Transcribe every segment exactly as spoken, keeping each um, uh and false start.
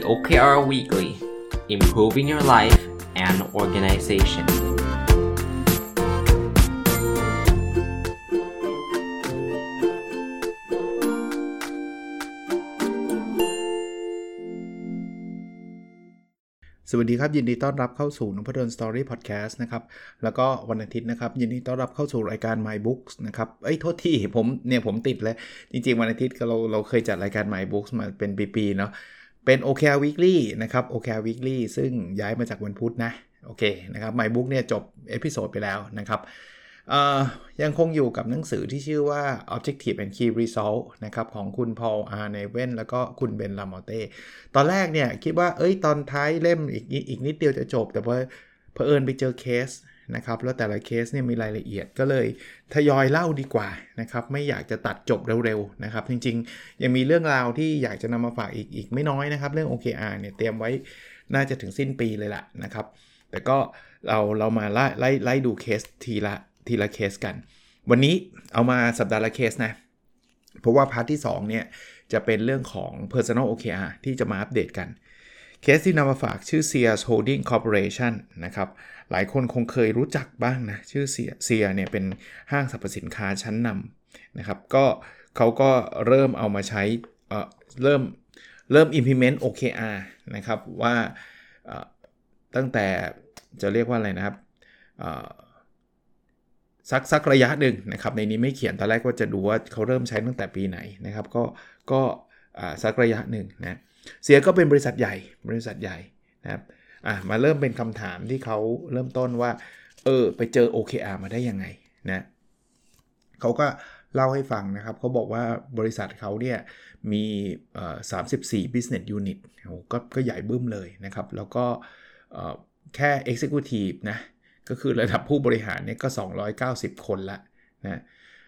โอ เค อาร์ Weekly Improving Your Life and Organization สวัสดีครับยินดีต้อนรับเข้าสู่นพดล Story Podcast นะครับแล้วก็วันอาทิตย์นะครับยินดีต้อนรับเข้าสู่รายการ My Books นะครับเอ้ยโทษทีผมเนี่ยผมติดเลยจริงๆวันอาทิตย์เราเราเคยจัดรายการ My Books มาเป็นปีๆเนาะเป็น โอ เค อาร์ Weekly นะครับ โอ เค อาร์ Weekly ซึ่งย้ายมาจากวันพุธนะโอเคนะครับ My Book เนี่ยจบเอพิโซดไปแล้วนะครับเอ่อยังคงอยู่กับหนังสือที่ชื่อว่า Objective and Key Result นะครับของคุณ Paul R. Nevin แล้วก็คุณ Ben Lamotte ตอนแรกเนี่ยคิดว่าเอ้ยตอนท้ายเล่มอีกอีกนิดเดียวจะจบแต่ว่าเผอิญไปเจอเคสนะครับแล้วแต่ละเคสเนี่ยมีรายละเอียดก็เลยทยอยเล่าดีกว่านะครับไม่อยากจะตัดจบเร็วๆนะครับจริงๆยังมีเรื่องราวที่อยากจะนำมาฝากอีกอีกไม่น้อยนะครับเรื่อง โอ เค อาร์ เนี่ยเตรียมไว้น่าจะถึงสิ้นปีเลยล่ะนะครับแต่ก็เราเรามาไล่ไล่ไล่ดูเคสทีละทีละเคสกันวันนี้เอามาสัปดาห์ละเคสนะเพราะว่าพาร์ทที่สองเนี่ยจะเป็นเรื่องของ Personal โอ เค อาร์ ที่จะมาอัปเดตกันเคสที่นำมาฝากชื่อ Sears Holding Corporation นะครับหลายคนคงเคยรู้จักบ้างนะชื่อ Sears Sears เนี่ยเป็นห้างสรรพสินค้าชั้นนำนะครับก็เขาก็เริ่มเอามาใช้เอ่อเริ่มเริ่ม implement โอ เค อาร์ นะครับว่าตั้งแต่จะเรียกว่าอะไรนะครับสักสักระยะหนึ่งนะครับในนี้ไม่เขียนตอนแรกว่าจะดูว่าเขาเริ่มใช้ตั้งแต่ปีไหนนะครับก็ก็สักระยะหนึ่งนะเสียก็เป็นบริษัทใหญ่บริษัทใหญ่นะครับอ่ะมาเริ่มเป็นคำถามที่เขาเริ่มต้นว่าเออไปเจอ โอ เค อาร์ มาได้ยังไงนะเขาก็เล่าให้ฟังนะครับเขาบอกว่าบริษัทเขาเนี่ยมีเอ่อสามสิบสี่ business unit โอ้ก็ก็ใหญ่บึ้มเลยนะครับแล้วก็เอ่อแค่ executive นะก็คือระดับผู้บริหารเนี่ยก็สองร้อยเก้าสิบคนละนะ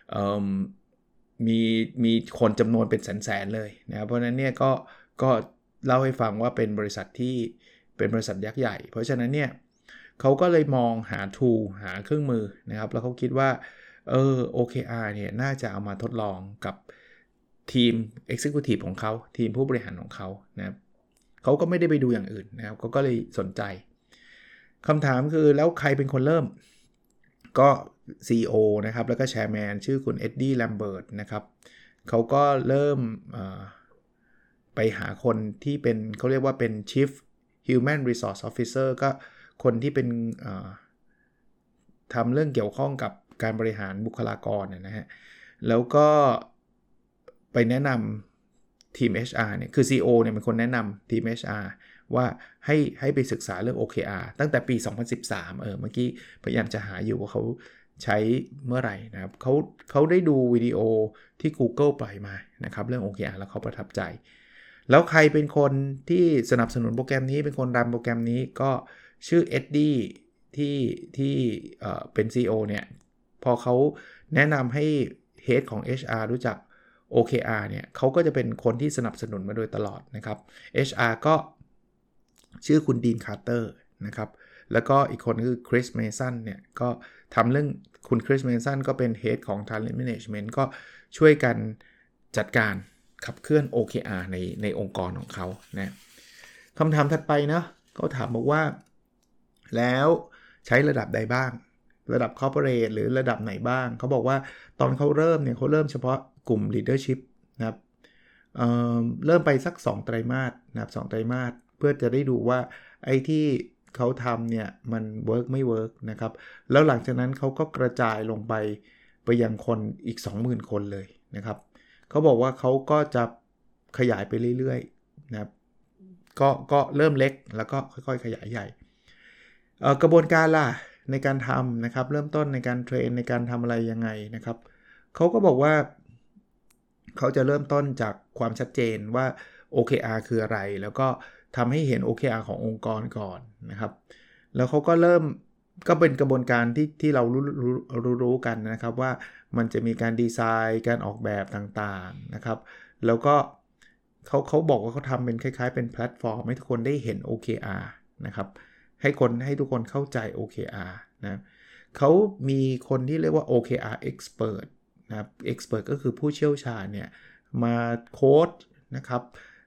มีมีคนจำนวนเป็นแสนๆเลยนะเพราะฉะนั้นเนี่ยก็ก็เล่าให้ฟังว่าเป็นบริษัทที่เป็นบริษัทยักษ์ใหญ่เพราะฉะนั้นเนี่ยเขาก็เลยมองหา tool หาเครื่องมือนะครับแล้วเขาคิดว่าเออ โอ เค อาร์ เนี่ยน่าจะเอามาทดลองกับทีม Executive ของเขาทีมผู้บริหารของเขานะครับเขาก็ไม่ได้ไปดูอย่างอื่นนะครับเขาก็เลยสนใจคำถามคือแล้วใครเป็นคนเริ่มก็ ซี อี โอ นะครับแล้วก็แชร์แมนชื่อคุณเอ็ดดี้แลมเบิร์ตนะครับเขาก็เริ่มไปหาคนที่เป็นเขาเรียกว่าเป็น Chief Human Resource Officer ก็คนที่เป็นทำเรื่องเกี่ยวข้องกับการบริหารบุคลากรนะฮะแล้วก็ไปแนะนำทีม เอช อาร์ เนี่ยคือ ซี อี โอ เนี่ยเป็นคนแนะนำทีม เอช อาร์ ว่าให้ให้ไปศึกษาเรื่อง โอ เค อาร์ ตั้งแต่ปีสองพันสิบสามเออเมื่อกี้พยายามจะหาอยู่ว่าเขาใช้เมื่อไหร่นะครับเขาเขาได้ดูวิดีโอที่ Google ปล่อยมานะครับเรื่อง โอ เค อาร์ แล้วเขาประทับใจแล้วใครเป็นคนที่สนับสนุนโปรแกรมนี้เป็นคนรันโปรแกรมนี้ก็ชื่อเอ็ดดี้ที่ที่เอ่อเป็น ซี อี โอ เนี่ยพอเขาแนะนำให้ Head ของ เอช อาร์ รู้จัก โอ เค อาร์ เนี่ยเขาก็จะเป็นคนที่สนับสนุนมาโดยตลอดนะครับ เอช อาร์ ก็ชื่อคุณดีนคาร์เตอร์นะครับแล้วก็อีกคนคือคริสเมสันเนี่ยก็ทำเรื่องคุณคริสเมสันก็เป็น Head ของ Talent Management ก็ช่วยกันจัดการขับเคลื่อน โอ เค อาร์ ในในองค์กรของเขานะคำถามถัดไปนะเขาถามบอกว่าแล้วใช้ระดับใดบ้างระดับ Corporate หรือระดับไหนบ้างเขาบอกว่าตอนเขาเริ่มเนี่ยเขาเริ่มเฉพาะกลุ่ม Leadership นะครับ เอ่อ เริ่มไปสักสองไตรมาสนะครับสองไตรมาสเพื่อจะได้ดูว่าไอ้ที่เขาทำเนี่ยมันเวิร์กไม่เวิร์กนะครับแล้วหลังจากนั้นเขาก็กระจายลงไปไปยังคนอีก สองหมื่น คนเลยนะครับเขาบอกว่าเขาก็จะขยายไปเรื่อยๆนะครับก็ก็เริ่มเล็กแล้วก็ค่อยๆขยายใหญ่เอ่อกระบวนการล่ะในการทำนะครับเริ่มต้นในการเทรนในการทำอะไรยังไงนะครับเขาก็บอกว่าเขาจะเริ่มต้นจากความชัดเจนว่า โอ เค อาร์ คืออะไรแล้วก็ทำให้เห็น โอ เค อาร์ ขององค์กรก่อนนะครับแล้วเขาก็เริ่มก็เป็นกระบวนการที่ที่เรารู้รู้รู้กันนะครับว่ามันจะมีการดีไซน์การออกแบบต่างๆนะครับแล้วก็เขาเขาบอกว่าเขาทำเป็นคล้ายๆเป็นแพลตฟอร์มให้ทุกคนได้เห็น โอ เค อาร์ นะครับให้คนให้ทุกคนเข้าใจ โอ เค อาร์ นะเขามีคนที่เรียกว่า โอ เค อาร์ Expert นะครับ Expert ก็คือผู้เชี่ยวชาญเนี่ยมาโค้ชนะครับ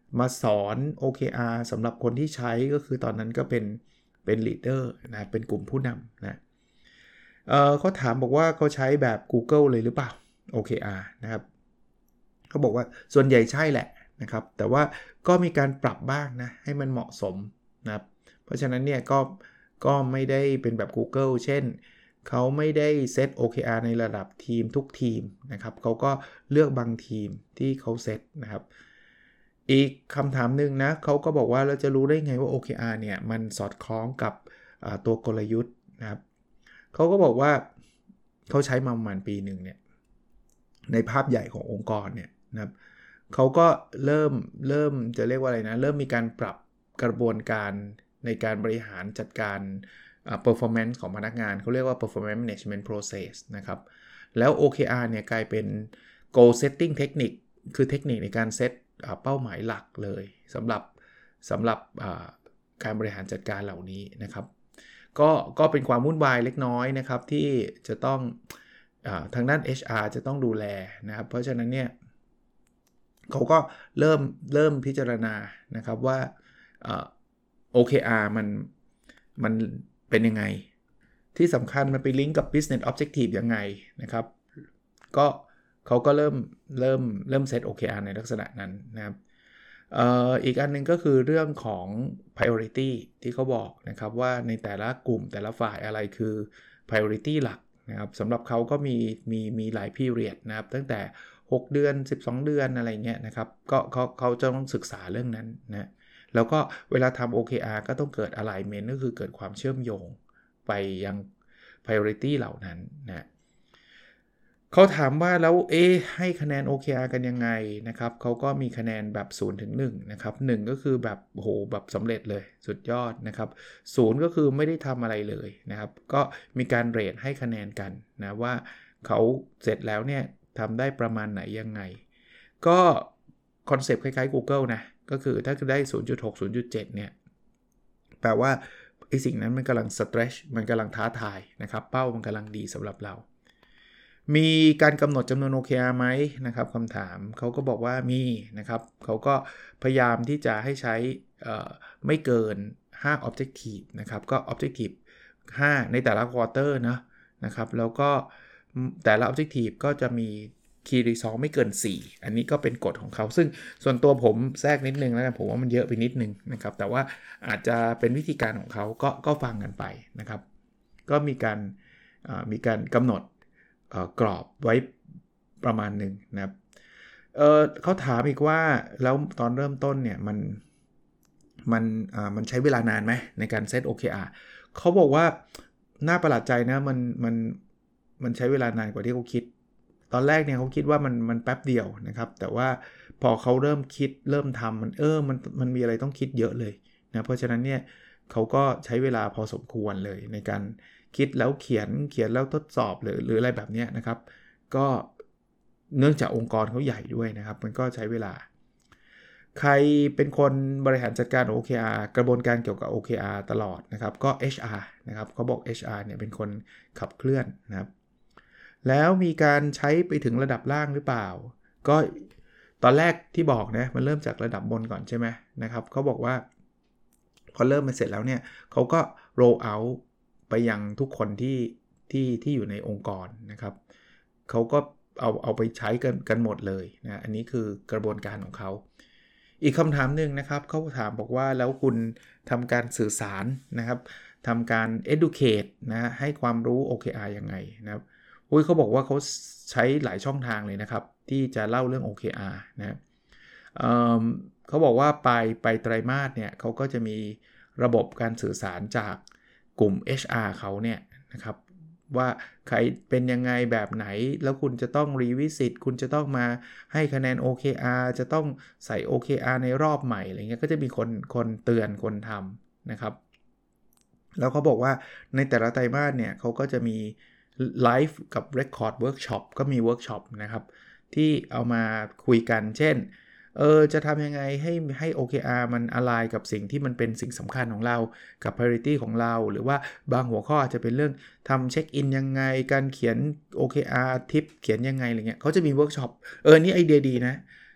มาสอน โอ เค อาร์ สำหรับคนที่ใช้ก็คือตอนนั้นก็เป็นเป็น leader นะเป็นกลุ่มผู้นำนะเอ่อเขาถามบอกว่าเขาใช้แบบ Google เลยหรือเปล่า โอ เค อาร์ นะครับเขาบอกว่าส่วนใหญ่ใช่แหละนะครับแต่ว่าก็มีการปรับบ้างนะให้มันเหมาะสมนะครับเพราะฉะนั้นเนี่ยก็ก็ไม่ได้เป็นแบบ Google เช่นเขาไม่ได้เซต โอ เค อาร์ ในระดับทีมทุกทีมนะครับเขาก็เลือกบางทีมที่เขาเซตนะครับอีกคำถามหนึ่งนะเขาก็บอกว่าเราจะรู้ได้ไงว่า โอ เค อาร์ เนี่ยมันสอดคล้องกับตัวกลยุทธ์นะครับเขาก็บอกว่าเขาใช้มาประมาณปีหนึ่งเนี่ยในภาพใหญ่ขององค์กรเนี่ยนะครับเขาก็เริ่มเริ่มจะเรียกว่าอะไรนะเริ่มมีการปรับกระบวนการในการบริหารจัดการ performance ของพนักงานเขาเรียกว่า performance management process นะครับแล้ว โอ เค อาร์ เนี่ยกลายเป็น goal setting technique คือเทคนิคในการเซตเป้าหมายหลักเลยสำหรับสำหรับการบริหารจัดการเหล่านี้นะครับก็ก็เป็นความวุ่นวายเล็กน้อยนะครับที่จะต้องทางด้าน เอช อาร์ จะต้องดูแลนะครับเพราะฉะนั้นเนี่ยเขาก็เริ่มเริ่มพิจารณานะครับว่า โอ เค อาร์ มันมันเป็นยังไงที่สำคัญมันไปลิงก์กับ business objective ยังไงนะครับก็เขาก็เริ่มเริ่มเริ่มเซต โอ เค อาร์ ในลักษณะนั้นนะครับเอ่ออีกอันนึงก็คือเรื่องของ priority ที่เขาบอกนะครับว่าในแต่ละกลุ่มแต่ละฝ่ายอะไรคือ priority หลักนะครับสำหรับเขาก็มีมีมีหลาย period นะครับตั้งแต่หกเดือนสิบสองเดือนอะไรเงี้ยนะครับก็เขาเขาจะต้องศึกษาเรื่องนั้นนะแล้วก็เวลาทำ โอ เค อาร์ ก็ต้องเกิด alignment ก็คือเกิดความเชื่อมโยงไปยัง priority เหล่านั้นนะเขาถามว่าแล้วเอ๊ะให้คะแนน โอ เค อาร์ กันยังไงนะครับเขาก็มีคะแนนแบบศูนย์ถึงหนึ่งนะครับหนึ่งก็คือแบบโอ้โหแบบสำเร็จเลยสุดยอดนะครับศูนย์ก็คือไม่ได้ทำอะไรเลยนะครับก็มีการเรทให้คะแนนกันนะว่าเขาเสร็จแล้วเนี่ยทำได้ประมาณไหนยังไงก็คอนเซปต์คล้ายๆ Google นะก็คือถ้าได้ ศูนย์จุดหก ศูนย์จุดเจ็ด เนี่ยแปลว่าไอ้สิ่งนั้นมันกำลัง stretch มันกำลังท้าทายนะครับเป้ามันกำลังดีสำหรับเรามีการกำหนดจำนวน โอ เค อาร์ ไหมนะครับคำถามเขาก็บอกว่ามีนะครับเขาก็พยายามที่จะให้ใช้ไม่เกินห้า objective นะครับก็ objective ห้าในแต่ละ quarter นะนะครับแล้วก็แต่ละ objective ก็จะมี key result ไม่เกินสี่อันนี้ก็เป็นกฎของเขาซึ่งส่วนตัวผมแทรกนิดนึงแล้วกันผมว่ามันเยอะไปนิดนึงนะครับแต่ว่าอาจจะเป็นวิธีการของเขาก็ก็ฟังกันไปนะครับก็มีการมีการกำหนดกรอบไว้ประมาณหนึ่งนะครับ เอ่อเขาถามอีกว่าแล้วตอนเริ่มต้นเนี่ยมันมันอ่ามันใช้เวลานานไหมในการเซต โอ เค อาร์ เขาบอกว่าน่าประหลาดใจนะมันมันมันใช้เวลานานกว่าที่เขาคิดตอนแรกเนี่ยเขาคิดว่ามันมันแป๊บเดียวนะครับแต่ว่าพอเขาเริ่มคิดเริ่มทำมันเออมันมันมีอะไรต้องคิดเยอะเลยนะเพราะฉะนั้นเนี่ยเขาก็ใช้เวลาพอสมควรเลยในการคิดแล้วเขียนเขียนแล้วทดสอบหรือหรืออะไรแบบนี้นะครับก็เนื่องจากองค์กรเขาใหญ่ด้วยนะครับมันก็ใช้เวลาใครเป็นคนบริหารจัดการ โอ เค อาร์ กระบวนการเกี่ยวกับ โอ เค อาร์ ตลอดนะครับก็ เอช อาร์ นะครับเขาบอก เอช อาร์ เนี่ยเป็นคนขับเคลื่อนนะครับแล้วมีการใช้ไปถึงระดับล่างหรือเปล่าก็ตอนแรกที่บอกนะมันเริ่มจากระดับบนก่อนใช่ไหมนะครับเขาบอกว่าพอเริ่มมาเสร็จแล้วเนี่ยเขาก็ roll out ไปยังทุกคนที่ที่ที่อยู่ในองค์กรนะครับเขาก็เอาเอาไปใช้กันกันหมดเลยนะอันนี้คือกระบวนการของเขาอีกคำถามหนึ่งนะครับเขาถามบอกว่าแล้วคุณทำการสื่อสารนะครับทำการ educate นะให้ความรู้ โอ เค อาร์ ยังไงนะครับอุ้ยเขาบอกว่าเขาใช้หลายช่องทางเลยนะครับที่จะเล่าเรื่อง โอ เค อาร์ นะเอ่อเขาบอกว่าไปไปไตรมาสเนี่ยเขาก็จะมีระบบการสื่อสารจากกลุ่ม เอช อาร์ เขาเนี่ยนะครับว่าใครเป็นยังไงแบบไหนแล้วคุณจะต้องรีวิสิตคุณจะต้องมาให้คะแนน โอ เค อาร์ จะต้องใส่ โอ เค อาร์ ในรอบใหม่อะไรเงี้ยก็จะมีคนคนเตือนคนทำนะครับแล้วเขาบอกว่าในแต่ละไตรมาสเนี่ยเขาก็จะมีไลฟ์กับ Record Workshop ก็มีเวิร์กช็อปนะครับที่เอามาคุยกันเช่นเออจะทำยังไงให้ให้ โอ เค อาร์ มันอะไลน์กับสิ่งที่มันเป็นสิ่งสำคัญของเรากับ priority ของเราหรือว่าบางหัวข้ออาจจะเป็นเรื่องทำเช็คอินยังไงการเขียน โอ เค อาร์ ทิปเขียนยังไงอะไรเงี้ยเขาจะมีเวิร์กช็อปเออนี่ไอเดียดีนะ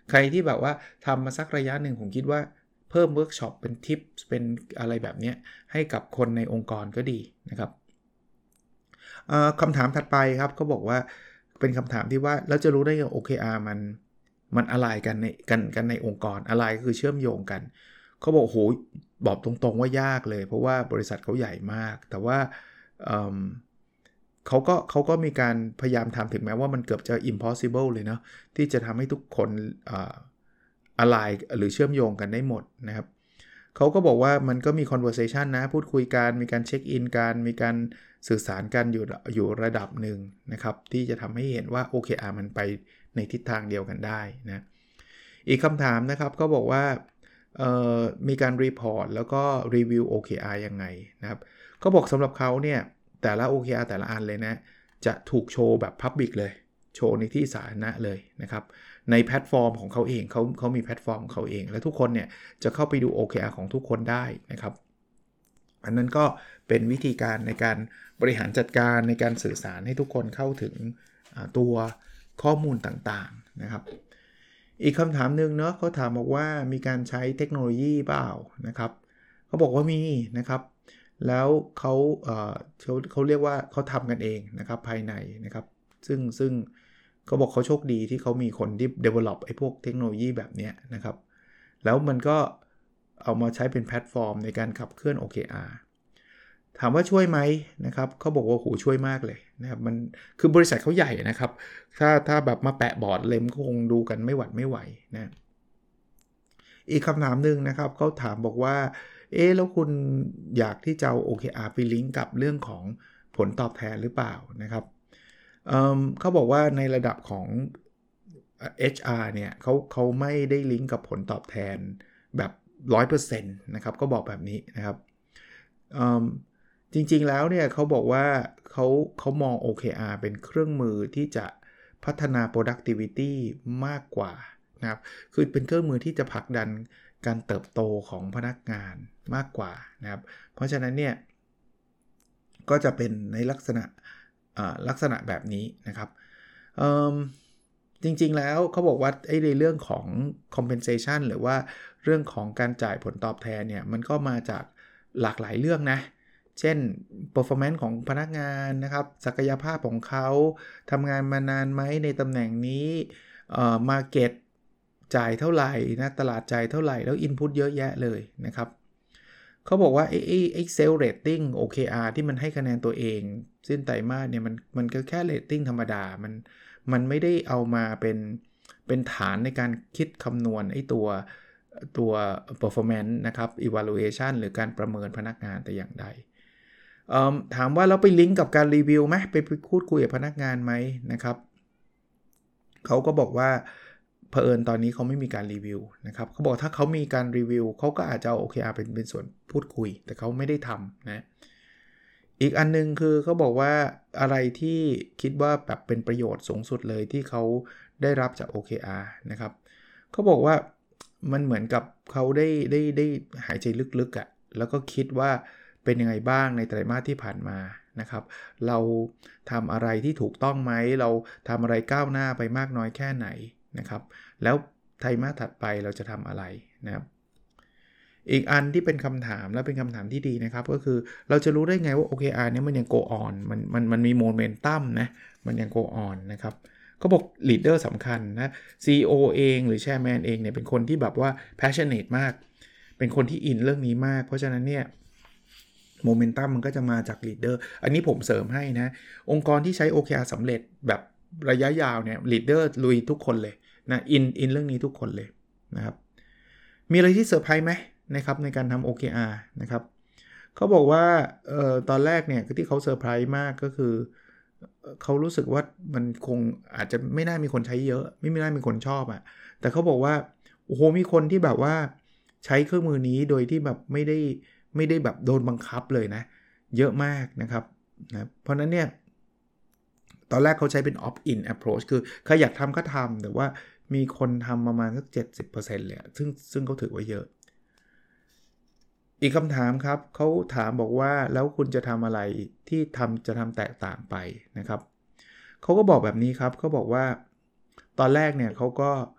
ใครที่แบบว่าทำมาสักระยะหนึ่งผมคิดว่าเพิ่มเวิร์กช็อปเป็นทิปเป็นอะไรแบบนี้ให้กับคนในองค์กรก็ดีนะครับคำถามถัดไปครับเขาบอกว่าเป็นคำถามที่ว่าแล้วจะรู้ได้ไง โอ เค อาร์ มันมันอะไรกันในกันกันในองค์กรอะไรก็คือเชื่อมโยงกันเขาบอกโหบอกตรงๆว่ายากเลยเพราะว่าบริษัทเขาใหญ่มากแต่ว่าเเขาก็เขาก็มีการพยายามทำถึงแม้ว่ามันเกือบจะ impossible เลยเนาะที่จะทำให้ทุกคนอะไรหรือเชื่อมโยงกันได้หมดนะครับเขาก็บอกว่ามันก็มี conversation นะพูดคุยกันมีการเช็คอินกันมีการสื่อสารกันอยู่อยู่ระดับหนึ่งนะครับที่จะทำให้เห็นว่า โอ เค อาร์ มันไปในทิศทางเดียวกันได้นะอีกคำถามนะครับก็บอกว่ามีการรีพอร์ตแล้วก็รีวิว โอ เค อาร์ ยังไงนะครับก็บอกสำหรับเขาเนี่ยแต่ละ โอ เค อาร์ แต่ละอันเลยนะจะถูกโชว์แบบ Public เลยโชว์ในที่สาธารณะเลยนะครับในแพลตฟอร์มของเขาเองเขาเขามีแพลตฟอร์มของเขาเองและทุกคนเนี่ยจะเข้าไปดู โอ เค อาร์ ของทุกคนได้นะครับอันนั้นก็เป็นวิธีการในการบริหารจัดการในการสื่อสารให้ทุกคนเข้าถึงตัวข้อมูลต่างๆนะครับอีกคำถามนึงเนาะเขาถามบอกว่ามีการใช้เทคโนโลยีเปล่านะครับเขาบอกว่ามีนะครับแล้วเขาเอ่อเขาเขาเรียกว่าเขาทำกันเองนะครับภายในนะครับซึ่งซึ่งเขาบอกเขาโชคดีที่เขามีคนที่ develop ไอ้พวกเทคโนโลยีแบบนี้นะครับแล้วมันก็เอามาใช้เป็นแพลตฟอร์มในการขับเคลื่อน โอ เค อาร์ ถามว่าช่วยไหมนะครับเขาบอกว่าโหช่วยมากเลยนะครับมันคือบริษัทเขาใหญ่นะครับถ้าถ้าแบบมาแปะบอร์ดเล่มคงดูกันไม่หวัดไม่ไหวนะอีกคำถามนึงนะครับเขาถามบอกว่าเอ๊ะแล้วคุณอยากที่จะเอา โอ เค อาร์ ไปลิงก์กับเรื่องของผลตอบแทนหรือเปล่านะครับ เอ่อเขาบอกว่าในระดับของ เอช อาร์ เนี่ยเขาเขาไม่ได้ลิงก์กับผลตอบแทนแบบ ร้อยเปอร์เซ็นต์ นะครับก็บอกแบบนี้นะครับจริงๆแล้วเนี่ยเขาบอกว่าเขาเขามอง โอ เค อาร์ เป็นเครื่องมือที่จะพัฒนา productivity มากกว่านะครับคือเป็นเครื่องมือที่จะผลักดันการเติบโตของพนักงานมากกว่านะครับเพราะฉะนั้นเนี่ยก็จะเป็นในลักษณะลักษณะแบบนี้นะครับจริงๆแล้วเขาบอกว่าไอ้ในเรื่องของ compensation หรือว่าเรื่องของการจ่ายผลตอบแทนเนี่ยมันก็มาจากหลากหลายเรื่องนะเช่น performance ของพนักงานนะครับศักยภาพของเขาทำงานมานานไหมในตำแหน่งนี้เอ่อ market จ่ายเท่าไหร่นะตลาดจ่ายเท่าไหร่แล้ว input เยอะแยะเลยนะครับเขาบอกว่าไอ้ไอ้ไอ้ self rating โอ เค อาร์ ที่มันให้คะแนนตัวเองสิ้นไตรมาสเนี่ยมันมันก็แค่ rating ธรรมดามันมันไม่ได้เอามาเป็นเป็นฐานในการคิดคำนวณไอ้ตัวตัว performance นะครับ evaluation หรือการประเมินพนักงานแต่อย่างใดถามว่าเราไปลิงก์กับการรีวิวไหมไปพูดคุยกับพนักงานไหมนะครับเขาก็บอกว่าเผอิญตอนนี้เขาไม่มีการรีวิวนะครับเขาบอกถ้าเขามีการรีวิวเขาก็อาจจะเอา โอ เค อาร์ เป็นเป็นส่วนพูดคุยแต่เขาไม่ได้ทำนะอีกอันนึงคือเขาบอกว่าอะไรที่คิดว่าแบบเป็นประโยชน์สูงสุดเลยที่เขาได้รับจาก โอ เค อาร์ นะครับเขาบอกว่ามันเหมือนกับเขาได้ได้ได้หายใจลึกๆอ่ะแล้วก็คิดว่าเป็นยังไงบ้างในไตรมาสที่ผ่านมานะครับเราทำอะไรที่ถูกต้องไหมเราทำอะไรก้าวหน้าไปมากน้อยแค่ไหนนะครับแล้วไตรมาสถัดไปเราจะทำอะไรนะครับอีกอันที่เป็นคำถามและเป็นคำถามที่ดีนะครับก็คือเราจะรู้ได้ไงว่า โอ เค อาร์ เนี่ยมันยัง go on มันมันมันมีโมเมนตัมนะมันยัง go on นะครับก็บอก leader สำคัญนะ ซี อี โอ เองหรือ chairman เองเนี่ยเป็นคนที่แบบว่า passionate มากเป็นคนที่อินเรื่องนี้มากเพราะฉะนั้นเนี่ยโมเมนตัมมันก็จะมาจาก leader อันนี้ผมเสริมให้นะองค์กรที่ใช้ โอ เค อาร์ สำเร็จแบบระยะยาวเนี่ย leader ลุยทุกคนเลยนะอินอินเรื่องนี้ทุกคนเลยนะครับมีอะไรที่เซอร์ไพรส์ไหมนะครับในการทำ โอ เค อาร์ นะครับเขาบอกว่าเอ่อตอนแรกเนี่ยที่เขาเซอร์ไพรส์มากก็คือเขารู้สึกว่ามันคงอาจจะไม่น่ามีคนใช้เยอะไม่น่ามีคนชอบอ่ะแต่เขาบอกว่าโอ้โหมีคนที่แบบว่าใช้เครื่องมือนี้โดยที่แบบไม่ได้ไม่ได้แบบโดนบังคับเลยนะเยอะมากนะครับนะเพราะนั้นเนี่ยตอนแรกเขาใช้เป็น opt-in approach คือใครอยากทำก็ทำแต่ว่ามีคนทำประมาณสัก เจ็ดสิบเปอร์เซ็นต์ เลยซึ่งซึ่งเขาถือว่าเยอะอีกคำถามครับเขาถามบอกว่าแล้วคุณจะทำอะไรที่ทำจะทำแตกต่างไปนะครับเขาก็บอกแบบนี้ครับเขาบอกว่าตอนแรกเนี่ยเขาก็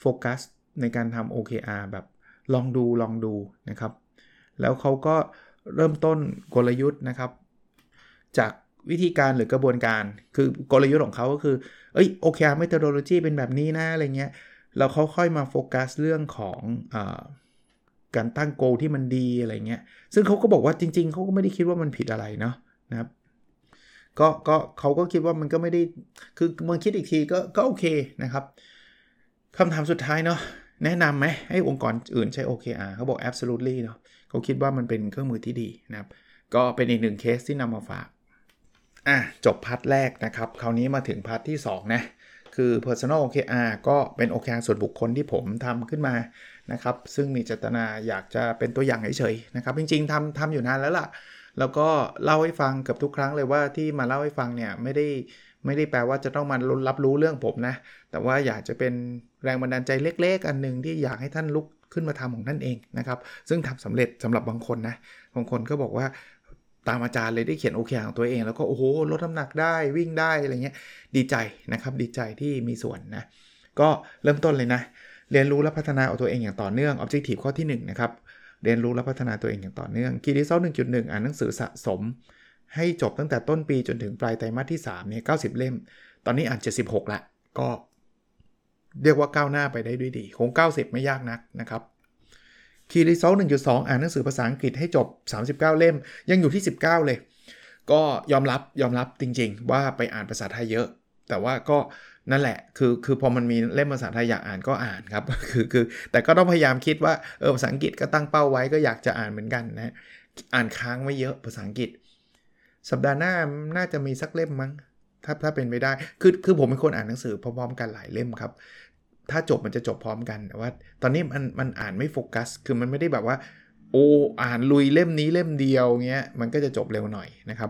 โฟกัสในการทำ โอ เค อาร์ แบบลองดูลองดูนะครับแล้วเขาก็เริ่มต้นกลยุทธ์นะครับจากวิธีการหรือกระบวนการคือกลยุทธ์ของเขาก็คือเอ้ย โอ เค อาร์ methodology เป็นแบบนี้นะอะไรเงี้ยแล้วเขาค่อยมาโฟกัสเรื่องของเอ่อการตั้งโกลที่มันดีอะไรเงี้ยซึ่งเขาก็บอกว่าจริงๆเขาก็ไม่ได้คิดว่ามันผิดอะไรเนาะนะครับก็ก็เขาก็คิดว่ามันก็ไม่ได้คือเมื่อคิดอีกทีก็ก็โอเคนะครับคำถามสุดท้ายเนาะแนะนำไหมให้องค์กรอื่นใช้ โอ เค อาร์ เขาบอก absolutely เนาะเขาคิดว่ามันเป็นเครื่องมือที่ดีนะครับก็เป็นอีกหนึ่งเคสที่นำมาฝากอ่ะจบพาร์ทแรกนะครับคราวนี้มาถึงพาร์ทที่สองนะคือ personal โอ เค อาร์ ก็เป็น โอ เค อาร์ ส่วนบุคคลที่ผมทำขึ้นมานะครับซึ่งมีเจตนาอยากจะเป็นตัวอย่างเฉยๆนะครับจริงๆทำทำอยู่นานแล้วล่ะแล้วก็เล่าให้ฟังเกือบทุกครั้งเลยว่าที่มาเล่าให้ฟังเนี่ยไม่ได้ไม่ได้แปลว่าจะต้องมารับรู้เรื่องผมนะแต่ว่าอยากจะเป็นแรงบันดาลใจเล็กๆอันนึงที่อยากให้ท่านลุกขึ้นมาทำของท่านเองนะครับซึ่งทำสำเร็จสำหรับบางคนนะบางคนก็บอกว่าตามอาจารย์เลยได้เขียน โอ เค อาร์ ของตัวเองแล้วก็โอ้โหลดน้ำหนักได้วิ่งได้อะไรเงี้ยดีใจนะครับดีใจที่มีส่วนนะก็เริ่มต้นเลยนะเรียนรู้และพัฒนาเอาตัวเองอย่างต่อเนื่อง Objective ข้อที่หนึ่งนะครับเรียนรู้และพัฒนาตัวเองอย่างต่อเนื่อง Key Result หนึ่งจุดหนึ่ง อ่านหนังสือสะสมให้จบตั้งแต่ต้นปีจนถึงปลายไตรมาสที่สามเนี่ยเก้าสิบเล่มตอนนี้อ่านเจ็ดสิบหกละก็เรียกว่าก้าวหน้าไปได้ด้วยดีคงเก้าสิบไม่ยากนักนะครับ Key Result หนึ่งจุดสอง อ่านหนังสือภาษาอังกฤษให้จบสามสิบเก้าเล่มยังอยู่ที่สิบเก้าเลยก็ยอมรับยอมรับจริงๆว่าไปอ่านภาษาไทยเยอะแต่ว่าก็นั่นแหละคือคือพอมันมีเล่มภาษาไทยอยากอ่านก็อ่านครับคือคือแต่ก็ต้องพยายามคิดว่าเออภาษาอังกฤษก็ตั้งเป้าไว้ก็อยากจะอ่านเหมือนกันนะอ่านค้างไว้เยอะภาษาอังกฤษสัปดาห์หน้าน่าจะมีสักเล่มมั้งถ้าถ้าเป็นไปได้คือคือผมเป็นคนอ่านหนังสือพร้อมๆกันหลายเล่มครับถ้าจบมันจะจบพร้อมกันแต่ว่าตอนนี้มันมันอ่านไม่โฟกัสคือมันไม่ได้แบบว่าโอ้อ่านลุยเล่มนี้เล่มเดียวเงี้ยมันก็จะจบเร็วหน่อยนะครับ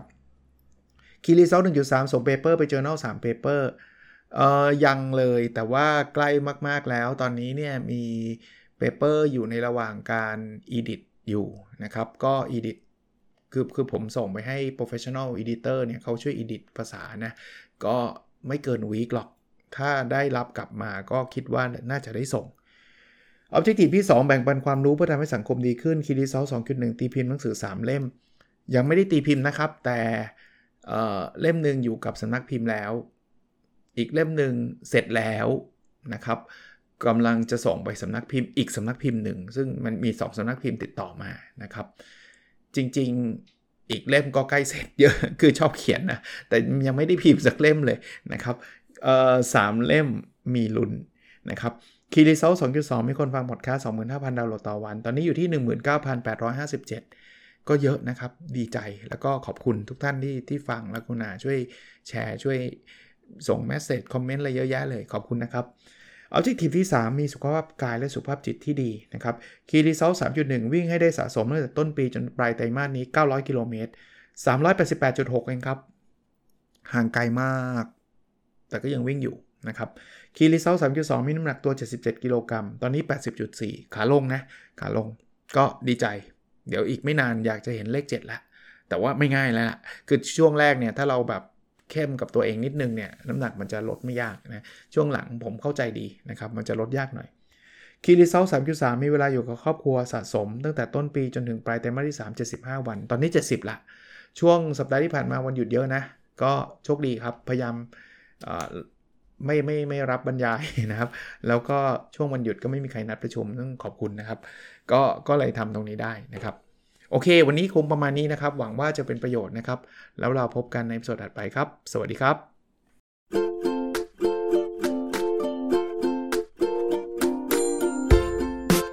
Key Result หนึ่งจุดสาม ส่งเปเปอร์ไป Journal สามเปเปอร์เอ่อยังเลยแต่ว่าใกล้มากๆแล้วตอนนี้เนี่ยมีเปเปอร์อยู่ในระหว่างการ edit อยู่นะครับก็ edit คือคือผมส่งไปให้ professional editor เนี่ยเขาช่วย edit ภาษานะก็ไม่เกินวีคหรอกถ้าได้รับกลับมาก็คิดว่าน่าจะได้ส่ง Objective ที่สองแบ่งปันความรู้เพื่อทำให้สังคมดีขึ้น Key Result สองจุดหนึ่ง ตีพิมพ์หนังสือสามเล่มยังไม่ได้ตีพิมพ์นะครับแต่เอ่อเล่มนึงอยู่กับสำนักพิมพ์แล้วอีกเล่มหนึ่งเสร็จแล้วนะครับกำลังจะส่งไปสำนักพิมพ์อีกสำนักพิมพ์หนึ่งซึ่งมันมีสองสำนักพิมพ์ติดต่อมานะครับจริงๆอีกเล่มก็ใกล้เสร็จเยอะคือชอบเขียนนะแต่ยังไม่ได้พิมพ์สักเล่มเลยนะครับเอ่อสามเล่มมีลุ้นนะครับ Key Result สองจุดสอง มีคนฟังพอดแคสต์ สองหมื่นห้าพัน ดาวน์โหลดต่อวันตอนนี้อยู่ที่ หนึ่งหมื่นเก้าพันแปดร้อยห้าสิบเจ็ด ก็เยอะนะครับดีใจแล้วก็ขอบคุณทุกท่านที่ที่ฟังและกรุณาช่วยแชร์ช่วยส่งเมสเสจคอมเมนต์อะไรเยอะแยะเลยขอบคุณนะครับ Objective ที่สามมีสุขภาพกายและสุขภาพจิตที่ดีนะครับ Key Result สามจุดหนึ่ง วิ่งให้ได้สะสมตั้งแต่ต้นปีจนปลายไตรมาสนี้เก้าร้อยกิโลเมตร สามร้อยแปดสิบแปดจุดหก เองครับห่างไกลมากแต่ก็ยังวิ่งอยู่นะครับ Key Result สามจุดสอง มีน้ำหนักตัวเจ็ดสิบเจ็ดกิโลกรัมตอนนี้ แปดสิบจุดสี่ ขาลงนะขาลงก็ดีใจเดี๋ยวอีกไม่นานอยากจะเห็นเลขเจ็ดแล้วแต่ว่าไม่ง่ายแล้วล่ะคือช่วงแรกเนี่ยถ้าเราแบบเข้มกับตัวเองนิดนึงเนี่ยน้ำหนักมันจะลดไม่ยากนะช่วงหลังผมเข้าใจดีนะครับมันจะลดยากหน่อย Key Result สามจุดสาม มีเวลาอยู่กับครอบครัวสะสมตั้งแต่ต้นปีจนถึงปลายไตรมาสที่สาม เจ็ดสิบห้าวันตอนนี้เจ็ดสิบละช่วงสัปดาห์ที่ผ่านมาวันหยุดเยอะนะก็โชคดีครับพยายามไม่ไม่ไม่รับบรรยายนะครับแล้วก็ช่วงวันหยุดก็ไม่มีใครนัดประชุมต้องขอบคุณนะครับก็ก็เลยทำตรงนี้ได้นะครับโอเควันนี้คงประมาณนี้นะครับหวังว่าจะเป็นประโยชน์นะครับแล้วเราพบกันในตอนถัดไปครับสวัสดีครับ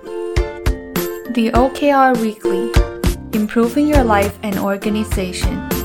The โอ เค อาร์ Weekly Improving Your Life and Organization